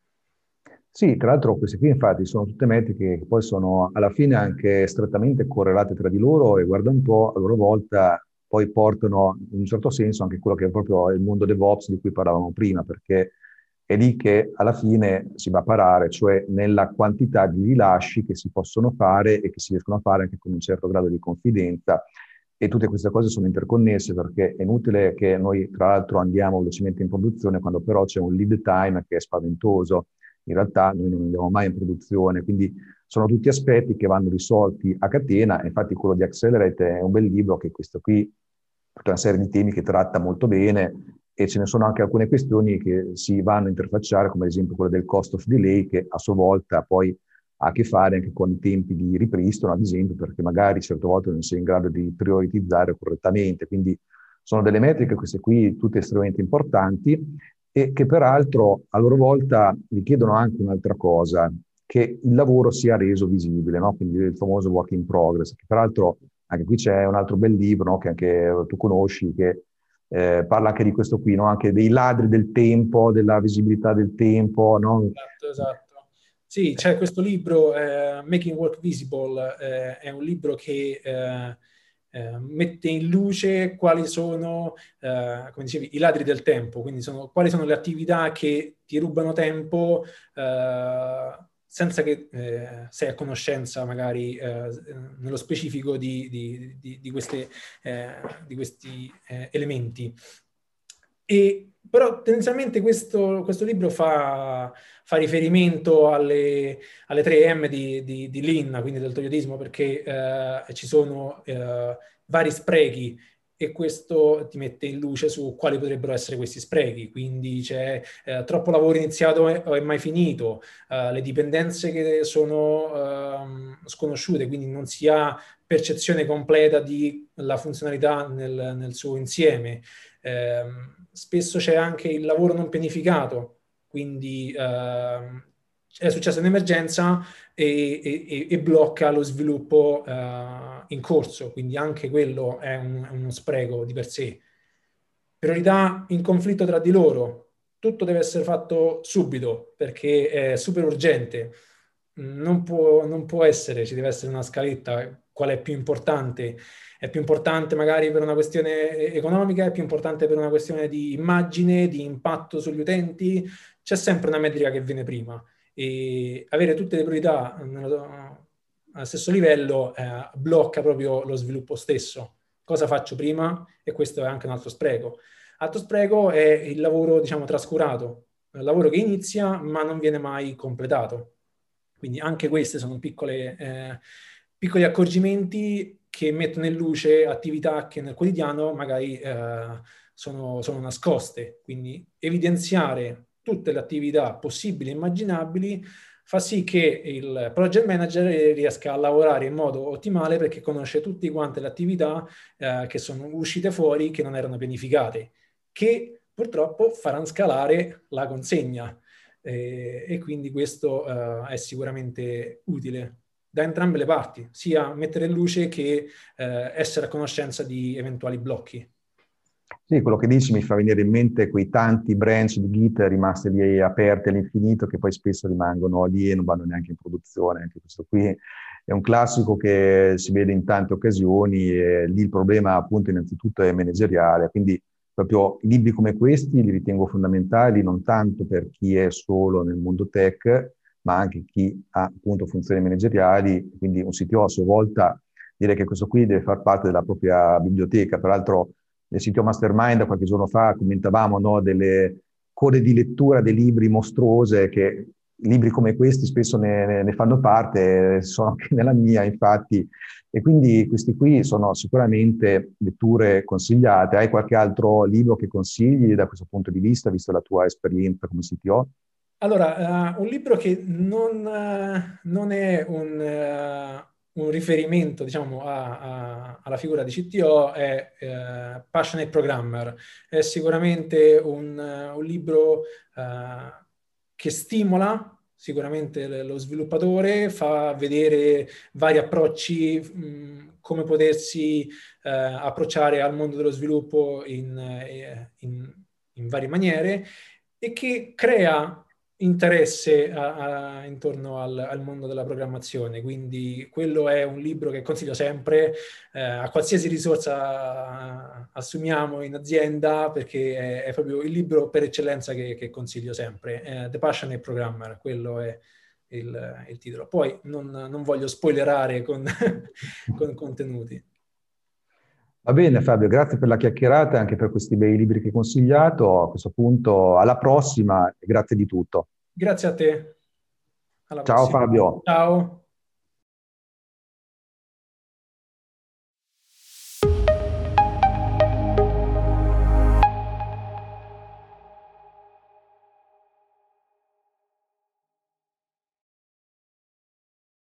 Sì, tra l'altro queste qui infatti sono tutte metriche che poi sono alla fine anche strettamente correlate tra di loro e guarda un po', a loro volta poi portano in un certo senso anche quello che è proprio il mondo DevOps di cui parlavamo prima, perché è lì che alla fine si va a parare, cioè nella quantità di rilasci che si possono fare e che si riescono a fare anche con un certo grado di confidenza. E tutte queste cose sono interconnesse perché è inutile che noi tra l'altro andiamo velocemente in produzione quando però c'è un lead time che è spaventoso. In realtà noi non andiamo mai in produzione, quindi sono tutti aspetti che vanno risolti a catena. Infatti quello di Accelerate è un bel libro che questo qui, tutta una serie di temi che tratta molto bene e ce ne sono anche alcune questioni che si vanno a interfacciare, come ad esempio quella del cost of delay, che a sua volta poi ha a che fare anche con i tempi di ripristino, ad esempio, perché magari certe volte non si è in grado di prioritizzare correttamente. Quindi sono delle metriche, queste qui, tutte estremamente importanti e che peraltro a loro volta richiedono anche un'altra cosa, che il lavoro sia reso visibile, no? Quindi il famoso work in progress, che peraltro anche qui c'è un altro bel libro, no? Che anche tu conosci, che eh, parla anche di questo qui, no? Anche dei ladri del tempo, della visibilità del tempo, no? Esatto, esatto. Sì, c'è questo libro, eh, Making Work Visible, eh, è un libro che eh, eh, mette in luce quali sono, eh, come dicevi, i ladri del tempo, quindi sono, quali sono le attività che ti rubano tempo eh, senza che eh, sei a conoscenza magari eh, nello specifico di, di, di, di, queste, eh, di questi eh, elementi. E, però tendenzialmente questo, questo libro fa, fa riferimento alle, alle tre M di, di, di Lean, quindi del toyotismo, perché eh, ci sono eh, vari sprechi e questo ti mette in luce su quali potrebbero essere questi sprechi. Quindi c'è eh, troppo lavoro iniziato o è mai finito, eh, le dipendenze che sono eh, sconosciute, quindi non si ha percezione completa della funzionalità nel, nel suo insieme. Eh, spesso c'è anche il lavoro non pianificato, quindi eh, è successa un'emergenza e, e, e blocca lo sviluppo eh, in corso, quindi anche quello è, un, è uno spreco di per sé. Priorità in conflitto tra di loro, tutto deve essere fatto subito perché è super urgente. Non può, non può essere, ci deve essere una scaletta, qual è più importante. È più importante magari per una questione economica, è più importante per una questione di immagine, di impatto sugli utenti. C'è sempre una metrica che viene prima e avere tutte le priorità nello, allo stesso livello eh, blocca proprio lo sviluppo stesso. Cosa faccio prima? E questo è anche un altro spreco. Alto spreco è il lavoro, diciamo, trascurato, il lavoro che inizia ma non viene mai completato. Quindi anche queste sono piccole, eh, piccoli accorgimenti che mettono in luce attività che nel quotidiano magari eh, sono, sono nascoste. Quindi evidenziare tutte le attività possibili e immaginabili fa sì che il project manager riesca a lavorare in modo ottimale perché conosce tutte quante le attività eh, che sono uscite fuori, che non erano pianificate, che purtroppo faranno scalare la consegna. Eh, e quindi questo eh, è sicuramente utile da entrambe le parti, sia mettere in luce che eh, essere a conoscenza di eventuali blocchi. Sì, quello che dici mi fa venire in mente quei tanti branch di Git rimasti lì aperti all'infinito che poi spesso rimangono lì e non vanno neanche in produzione. Anche questo qui è un classico che si vede in tante occasioni e lì il problema appunto innanzitutto è manageriale, quindi proprio libri come questi li ritengo fondamentali non tanto per chi è solo nel mondo tech, ma anche chi ha appunto funzioni manageriali, quindi un C T O a sua volta direi che questo qui deve far parte della propria biblioteca. Peraltro nel sito Mastermind qualche giorno fa commentavamo, no, delle code di lettura dei libri mostruose che libri come questi spesso ne, ne fanno parte, sono anche nella mia infatti, e quindi questi qui sono sicuramente letture consigliate. Hai qualche altro libro che consigli da questo punto di vista, visto la tua esperienza come C T O? Allora, uh, un libro che non, uh, non è un, uh, un riferimento, diciamo, a- a- alla figura di C T O è uh, Passionate Programmer. È sicuramente un, uh, un libro uh, che stimola sicuramente l- lo sviluppatore, fa vedere vari approcci, mh, come potersi uh, approcciare al mondo dello sviluppo in, eh, in in varie maniere e che crea interesse a- a- intorno al, al mondo della programmazione. Quindi quello è un libro che consiglio sempre eh, a qualsiasi risorsa assumiamo in azienda, perché è, è proprio il libro per eccellenza che, che consiglio sempre. Eh, The Passionate Programmer, quello è il, il titolo. Poi non, non voglio spoilerare con, con contenuti. Va bene Fabio, grazie per la chiacchierata e anche per questi bei libri che hai consigliato. A questo punto, alla prossima e grazie di tutto. Grazie a te. Alla Ciao prossima. Fabio. Ciao.